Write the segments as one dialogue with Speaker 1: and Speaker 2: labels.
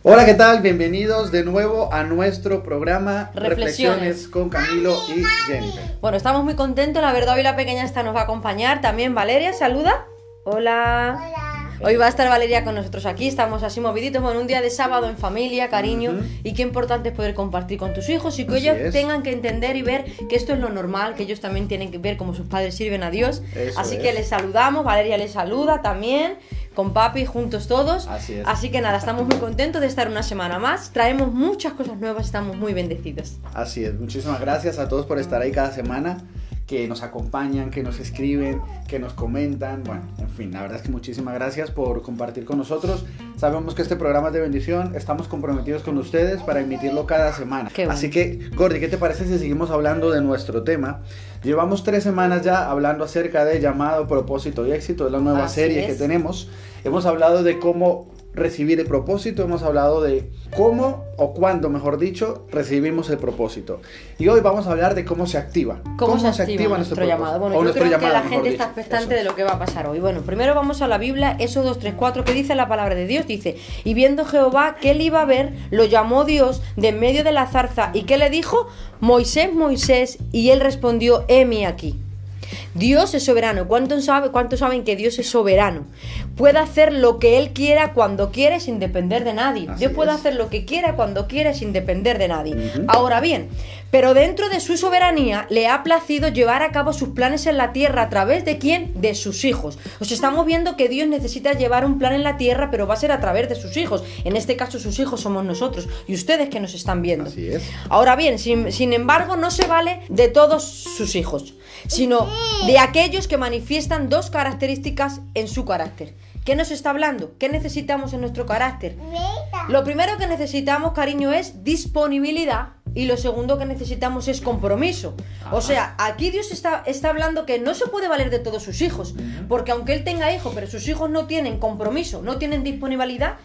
Speaker 1: Hola, ¿qué tal? Bienvenidos de nuevo a nuestro programa Reflexiones con Camilo y Jennifer.
Speaker 2: Bueno, estamos muy contentos, la verdad hoy la pequeña esta nos va a acompañar. También Valeria, saluda. Hola. Hoy va a estar Valeria con nosotros aquí, estamos así moviditos, bueno, un día de sábado en familia, cariño, y qué importante es poder compartir con tus hijos y que ellos tengan que entender y ver que esto es lo normal, que ellos también tienen que ver cómo sus padres sirven a Dios. Así que les saludamos, Valeria les saluda también, con papi, juntos todos. Así que nada, estamos muy contentos de estar una semana más, traemos muchas cosas nuevas, estamos muy bendecidos.
Speaker 1: Así es, muchísimas gracias a todos por estar ahí cada semana, que nos acompañan, que nos escriben, que nos comentan, bueno, en fin, la verdad es que muchísimas gracias por compartir con nosotros. Sabemos que este programa es de bendición, estamos comprometidos con ustedes para emitirlo cada semana.
Speaker 2: Bueno.
Speaker 1: Así que, Gordy, ¿qué te parece si seguimos hablando de nuestro tema? Llevamos 3 semanas ya hablando acerca de llamado, propósito y éxito, es la nueva serie que tenemos. Hemos hablado de cómo recibir el propósito, hemos hablado de cómo o cuándo, mejor dicho, recibimos el propósito. Y hoy vamos a hablar de cómo se activa.
Speaker 2: ¿Cómo se activa nuestro llamado? Bueno, yo creo que la gente está expectante de lo que va a pasar hoy. Bueno, primero vamos a la Biblia, Éxodo 2:3-4, que dice la palabra de Dios. Dice, y viendo Jehová que él iba a ver, lo llamó Dios de en medio de la zarza. ¿Y qué le dijo? Moisés, Moisés. Y él respondió, heme aquí. Dios es soberano. ¿Cuántos saben que Dios es soberano? Puede hacer lo que Él quiera, cuando quiere, sin depender de nadie. Dios puede hacer lo que quiera, cuando quiere, sin depender de nadie. Ahora bien, pero dentro de su soberanía le ha placido llevar a cabo sus planes en la tierra. ¿A través de quién? De sus hijos. Os estamos viendo que Dios necesita llevar un plan en la tierra, pero va a ser a través de sus hijos. En este caso sus hijos somos nosotros y ustedes que nos están viendo.
Speaker 1: Así es.
Speaker 2: Ahora bien, sin embargo, no se vale de todos sus hijos, sino de aquellos que manifiestan 2 características en su carácter. ¿Qué nos está hablando? ¿Qué necesitamos en nuestro carácter? Lo primero que necesitamos, cariño, es disponibilidad. Y lo segundo que necesitamos es compromiso. O sea, aquí Dios está hablando que no se puede valer de todos sus hijos. Porque aunque Él tenga hijos, pero sus hijos no tienen compromiso, no tienen disponibilidad,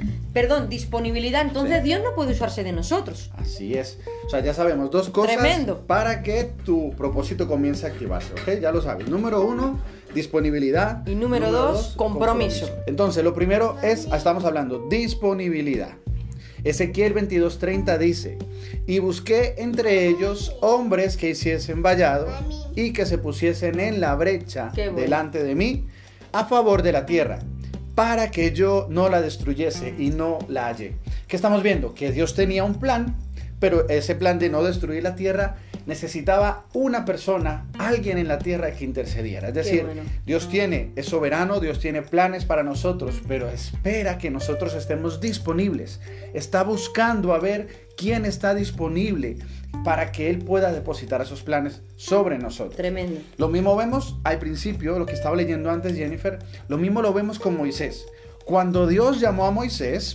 Speaker 2: entonces Dios no puede usarse de nosotros.
Speaker 1: Así es. O sea, ya sabemos 2 cosas.
Speaker 2: Tremendo.
Speaker 1: Para que tu propósito comience a activarse, ¿ok? Ya lo sabes. Número 1, disponibilidad.
Speaker 2: Y número 2, compromiso.
Speaker 1: Entonces, lo primero es, estamos hablando, disponibilidad. Ezequiel 22:30 dice, y busqué entre ellos hombres que hiciesen vallado y que se pusiesen en la brecha delante de mí a favor de la tierra, para que yo no la destruyese y no la hallé. ¿Qué estamos viendo? Que Dios tenía un plan, pero ese plan de no destruir la tierra necesitaba una persona, alguien en la tierra que intercediera. Es decir, Dios es soberano, Dios tiene planes para nosotros, pero espera que nosotros estemos disponibles. Está buscando a ver quién está disponible para que Él pueda depositar esos planes sobre nosotros.
Speaker 2: Tremendo.
Speaker 1: Lo mismo vemos al principio, lo que estaba leyendo antes Jennifer, lo mismo lo vemos con Moisés. Cuando Dios llamó a Moisés,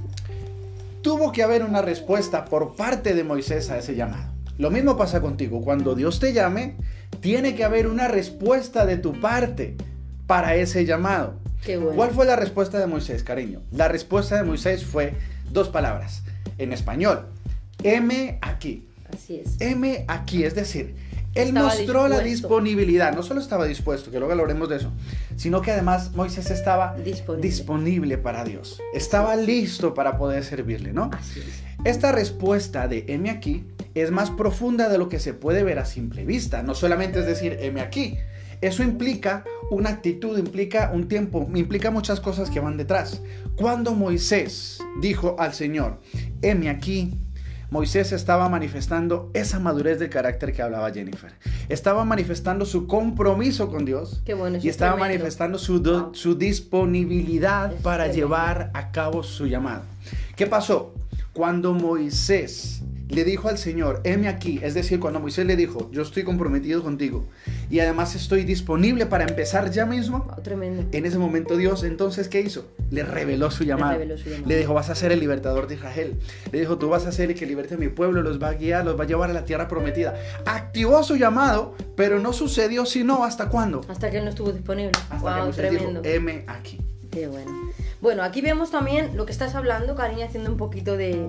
Speaker 1: tuvo que haber una respuesta por parte de Moisés a ese llamado. Lo mismo pasa contigo. Cuando Dios te llame, tiene que haber una respuesta de tu parte para ese llamado.
Speaker 2: Qué bueno.
Speaker 1: ¿Cuál fue la respuesta de Moisés, cariño? La respuesta de Moisés fue 2 palabras. En español, heme aquí.
Speaker 2: Así es.
Speaker 1: Heme aquí, es decir, Él mostró la disponibilidad. No solo estaba dispuesto, que luego hablaremos de eso, sino que además Moisés estaba disponible para Dios. Estaba listo para poder servirle, ¿no?
Speaker 2: Así es.
Speaker 1: Esta respuesta de heme aquí es más profunda de lo que se puede ver a simple vista. No solamente es decir, heme aquí. Eso implica una actitud, implica un tiempo, implica muchas cosas que van detrás. Cuando Moisés dijo al Señor, heme aquí, Moisés estaba manifestando esa madurez de carácter que hablaba Jennifer. Estaba manifestando su compromiso con Dios.
Speaker 2: Qué bueno,
Speaker 1: y estaba manifestando su disponibilidad para llevar a cabo su llamado. ¿Qué pasó? Cuando Moisés le dijo al Señor, heme aquí, es decir, cuando Moisés le dijo, yo estoy comprometido contigo y además estoy disponible para empezar ya mismo,
Speaker 2: tremendo.
Speaker 1: En ese momento Dios, entonces, ¿qué hizo? Le reveló su llamado. Le dijo, vas a ser el libertador de Israel. Le dijo, tú vas a ser el que liberte a mi pueblo, los va a guiar, los va a llevar a la tierra prometida. Activó su llamado, pero no sucedió sino ¿hasta cuándo?
Speaker 2: Hasta que él no estuvo disponible.
Speaker 1: Hasta que Moisés dijo, heme aquí.
Speaker 2: Qué bueno. Bueno, aquí vemos también lo que estás hablando, cariño, haciendo un poquito de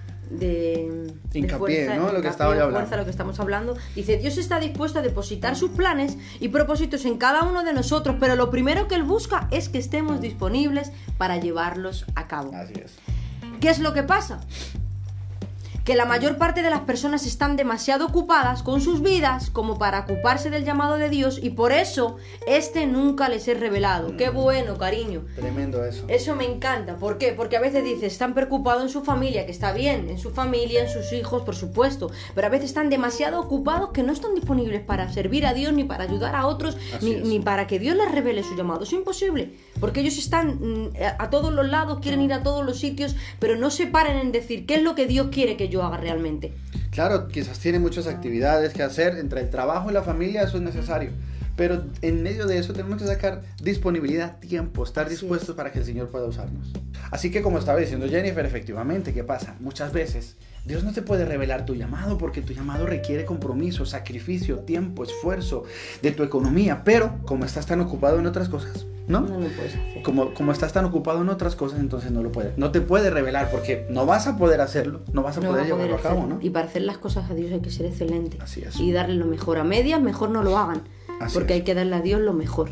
Speaker 1: hincapié,
Speaker 2: fuerza,
Speaker 1: ¿no? Lo que estaba hablando.
Speaker 2: Fuerza, lo que estamos hablando. Dice, Dios está dispuesto a depositar sus planes y propósitos en cada uno de nosotros, pero lo primero que Él busca es que estemos disponibles para llevarlos a cabo.
Speaker 1: Así es.
Speaker 2: ¿Qué es lo que pasa? Que la mayor parte de las personas están demasiado ocupadas con sus vidas como para ocuparse del llamado de Dios, y por eso nunca les es revelado. Qué bueno, cariño.
Speaker 1: Tremendo eso.
Speaker 2: Eso me encanta. ¿Por qué? Porque a veces dices, están preocupados en su familia, que está bien, en su familia, en sus hijos, por supuesto, pero a veces están demasiado ocupados que no están disponibles para servir a Dios, ni para ayudar a otros, ni para que Dios les revele su llamado. Es imposible, porque ellos están a todos los lados, quieren ir a todos los sitios, pero no se paren en decir qué es lo que Dios quiere que yo haga realmente.
Speaker 1: Claro, quizás tiene muchas actividades que hacer entre el trabajo y la familia, eso es necesario, pero en medio de eso tenemos que sacar disponibilidad, tiempo, estar dispuestos para que el Señor pueda usarnos. Así que, como estaba diciendo Jennifer, efectivamente, ¿qué pasa? Muchas veces Dios no te puede revelar tu llamado porque tu llamado requiere compromiso, sacrificio, tiempo, esfuerzo de tu economía, pero como estás tan ocupado en otras cosas, ¿no?
Speaker 2: No lo puedes hacer.
Speaker 1: Como estás tan ocupado en otras cosas, entonces no te puede revelar, porque no vas a poder hacerlo, no vas a poder llevarlo a cabo, ¿no?
Speaker 2: Y para hacer las cosas a Dios hay que ser excelente.
Speaker 1: Así es.
Speaker 2: Y darle lo mejor. A medias, mejor no lo hagan. Porque hay que darle a Dios lo mejor.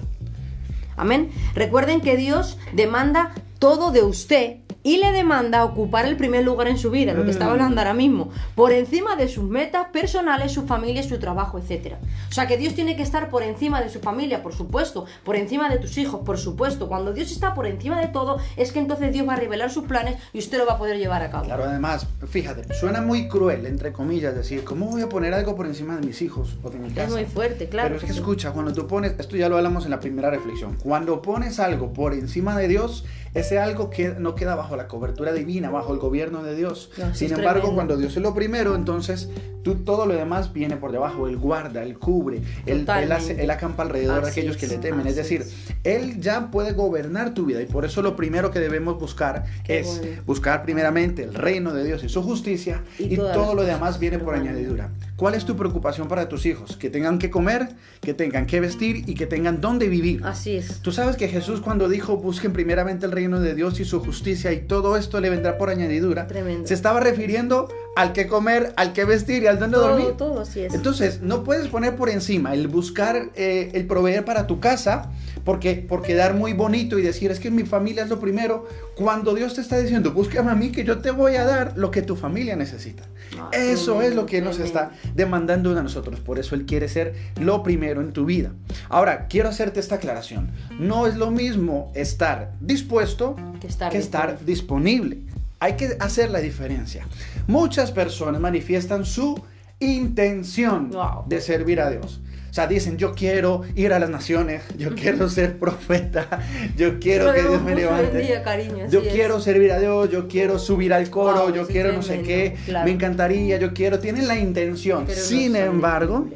Speaker 2: Amén. Recuerden que Dios demanda todo de usted y le demanda ocupar el primer lugar en su vida, lo que estaba hablando ahora mismo, por encima de sus metas personales, su familia, su trabajo, etcétera. O sea que Dios tiene que estar por encima de su familia, por supuesto, por encima de tus hijos, por supuesto. Cuando Dios está por encima de todo, es que entonces Dios va a revelar sus planes y usted lo va a poder llevar a cabo.
Speaker 1: Claro, además, fíjate, suena muy cruel, entre comillas, decir, ¿cómo voy a poner algo por encima de mis hijos o de mi casa?
Speaker 2: Es muy fuerte, claro.
Speaker 1: Pero es que escucha, cuando tú pones, esto ya lo hablamos en la primera reflexión, cuando pones algo por encima de Dios, ese algo que no queda bajo la cobertura divina, bajo el gobierno de Dios.
Speaker 2: No,
Speaker 1: sin embargo, cuando Dios es lo primero, entonces todo lo demás viene por debajo. Él guarda, Él cubre, Él acampa alrededor de aquellos que le temen. Es decir, Él ya puede gobernar tu vida, y por eso lo primero que debemos buscar es buscar primeramente el reino de Dios y su justicia, y todo lo demás viene por añadidura. ¿Cuál es tu preocupación para tus hijos? Que tengan que comer, que tengan que vestir y que tengan dónde vivir.
Speaker 2: Así es.
Speaker 1: Tú sabes que Jesús, cuando dijo busquen primeramente el reino de Dios y su justicia, y todo esto le vendrá por añadidura,
Speaker 2: tremendo,
Speaker 1: se estaba refiriendo al que comer, al que vestir y al dónde dormir.
Speaker 2: Todo, así es.
Speaker 1: Entonces, no puedes poner por encima el buscar, el proveer para tu casa, por quedar muy bonito y decir, es que mi familia es lo primero, cuando Dios te está diciendo, búscame a mí que yo te voy a dar lo que tu familia necesita. Eso es lo que Él nos está demandando de nosotros. Por eso Él quiere ser lo primero en tu vida. Ahora, quiero hacerte esta aclaración. No es lo mismo estar dispuesto que estar disponible. Hay que hacer la diferencia. Muchas personas manifiestan su intención de servir a Dios. O sea, dicen, yo quiero ir a las naciones, yo quiero ser profeta, yo quiero que Dios me levante, yo quiero servir a Dios, yo quiero subir al coro, yo quiero no sé qué, me encantaría, yo quiero, tienen la intención. Sin embargo,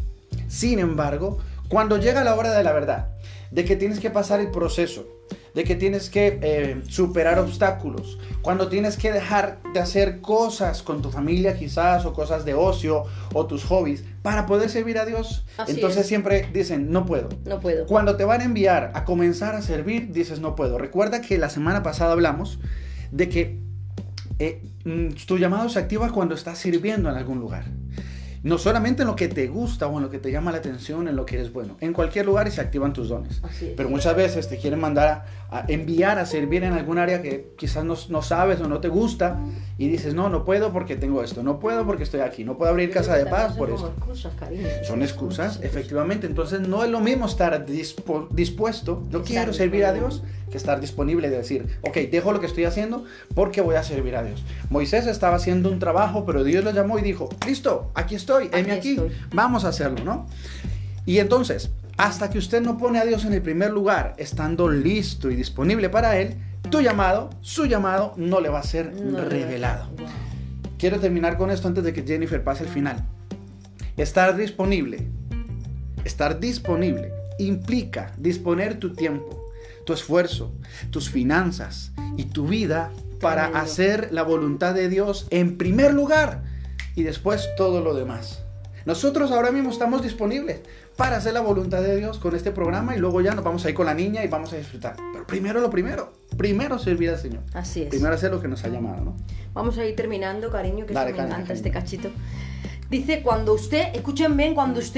Speaker 1: cuando llega la hora de la verdad, de que tienes que pasar el proceso, de que tienes que superar obstáculos, cuando tienes que dejar de hacer cosas con tu familia quizás, o cosas de ocio, o tus hobbies, para poder servir a Dios. Entonces siempre dicen, no puedo. Cuando te van a enviar a comenzar a servir, dices, no puedo. Recuerda que la semana pasada hablamos de que tu llamado se activa cuando estás sirviendo en algún lugar. No solamente en lo que te gusta o en lo que te llama la atención, en lo que eres bueno. En cualquier lugar se activan tus dones. Pero muchas veces te quieren mandar a enviar a servir en algún área que quizás no sabes o no te gusta, y dices, no puedo porque tengo esto, no puedo porque estoy aquí, no puedo abrir casa de paz por esto. Son excusas, efectivamente. Entonces no es lo mismo estar dispuesto, yo quiero servir a Dios, que estar disponible de decir, ok, dejo lo que estoy haciendo porque voy a servir a Dios. Moisés estaba haciendo un trabajo, pero Dios lo llamó y dijo, listo, aquí estoy, heme aquí, vamos a hacerlo, ¿no? Y entonces, hasta que usted no pone a Dios en el primer lugar, estando listo y disponible para Él, su llamado no le va a ser revelado. Quiero terminar con esto antes de que Jennifer pase al final. Estar disponible implica disponer tu tiempo, tu esfuerzo, tus finanzas y tu vida para hacer la voluntad de Dios en primer lugar, y después todo lo demás. Nosotros ahora mismo estamos disponibles para hacer la voluntad de Dios con este programa, y luego ya nos vamos a ir con la niña y vamos a disfrutar. Pero primero servir al Señor.
Speaker 2: Así es.
Speaker 1: Primero hacer lo que nos ha llamado, ¿no?
Speaker 2: Vamos a ir terminando, cariño, que me encanta este cachito. Dice, cuando usted, escuchen bien, cuando usted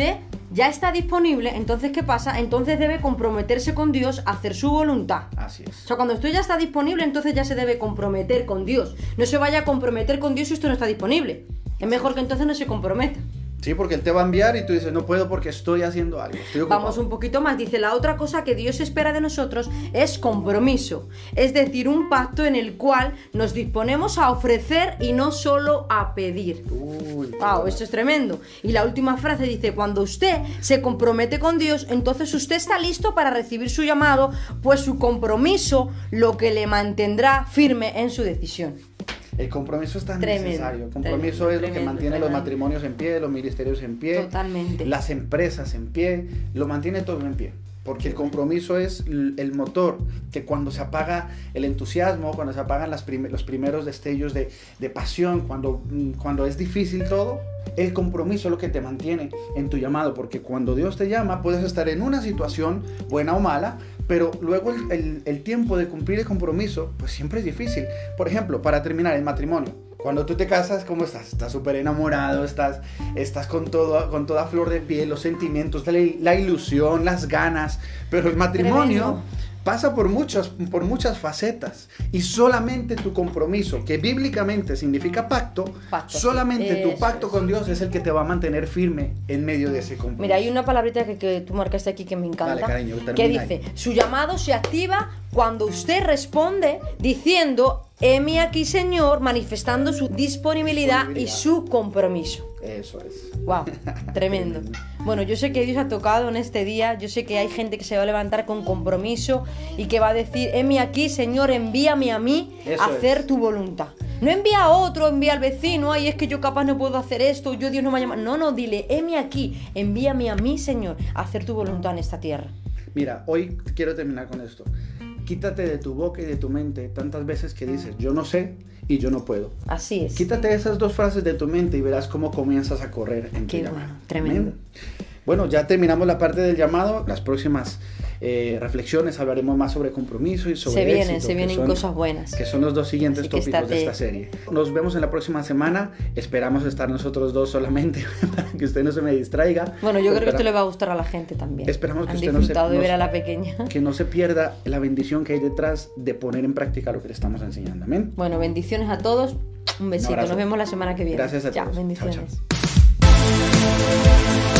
Speaker 2: ya está disponible, entonces ¿qué pasa? Entonces debe comprometerse con Dios a hacer su voluntad.
Speaker 1: Así es.
Speaker 2: O sea, cuando esto ya está disponible, entonces ya se debe comprometer con Dios. No se vaya a comprometer con Dios si esto no está disponible. Es mejor que entonces no se comprometa.
Speaker 1: Sí, porque Él te va a enviar y tú dices, no puedo porque estoy haciendo algo, estoy ocupado.
Speaker 2: Vamos un poquito más. Dice, la otra cosa que Dios espera de nosotros es compromiso. Es decir, un pacto en el cual nos disponemos a ofrecer y no solo a pedir. Wow, esto es tremendo. Y la última frase dice, cuando usted se compromete con Dios, entonces usted está listo para recibir su llamado, pues su compromiso lo que le mantendrá firme en su decisión.
Speaker 1: El compromiso es tan necesario. El compromiso es lo que mantiene los matrimonios en pie, los ministerios en pie,
Speaker 2: totalmente,
Speaker 1: las empresas en pie, lo mantiene todo en pie. Porque el compromiso es el motor que cuando se apaga el entusiasmo, cuando se apagan los primeros destellos de pasión, cuando es difícil todo, el compromiso es lo que te mantiene en tu llamado. Porque cuando Dios te llama, puedes estar en una situación buena o mala, pero luego el tiempo de cumplir el compromiso, pues siempre es difícil. Por ejemplo, para terminar, el matrimonio. Cuando tú te casas, ¿cómo estás? Estás súper enamorado, estás con toda flor de piel, los sentimientos, la ilusión, las ganas. Pero el matrimonio pasa por muchas facetas. Y solamente tu compromiso, que bíblicamente significa pacto, solamente tu pacto con Dios es el que te va a mantener firme en medio de ese compromiso.
Speaker 2: Mira, hay una palabrita que tú marcaste aquí que me encanta.
Speaker 1: Dale, cariño,
Speaker 2: que dice, su llamado se activa cuando usted responde diciendo, heme aquí, Señor, manifestando su disponibilidad y su compromiso.
Speaker 1: Eso es.
Speaker 2: Wow, tremendo. Bueno, yo sé que Dios ha tocado en este día. Yo sé que hay gente que se va a levantar con compromiso y que va a decir, heme aquí, Señor, envíame a mí a hacer tu voluntad. No envía a otro, envía al vecino, ay, es que yo capaz no puedo hacer esto, Dios no me ha llamado. No, dile, heme aquí, envíame a mí, Señor, a hacer tu voluntad en esta tierra.
Speaker 1: Mira, hoy quiero terminar con esto. Quítate de tu boca y de tu mente tantas veces que dices, yo no sé y yo no puedo.
Speaker 2: Así es.
Speaker 1: Quítate esas dos frases de tu mente y verás cómo comienzas a correr en tu llamado.
Speaker 2: Bueno, tremendo.
Speaker 1: Bueno, ya terminamos la parte del llamado. Las próximas reflexiones hablaremos más sobre compromiso y sobre éxito.
Speaker 2: Se vienen cosas buenas.
Speaker 1: Que son los dos siguientes tópicos de esta serie. Nos vemos en la próxima semana. Esperamos estar nosotros dos solamente para que usted no se me distraiga.
Speaker 2: Bueno, yo creo que esto le va a gustar a la gente también.
Speaker 1: Esperamos que usted
Speaker 2: de ver a la pequeña.
Speaker 1: Que no se pierda la bendición que hay detrás de poner en práctica lo que le estamos enseñando. Amén.
Speaker 2: Bueno, bendiciones a todos. Un besito. Nos vemos la semana que viene.
Speaker 1: Gracias a todos.
Speaker 2: Bendiciones.
Speaker 1: Chao, chao.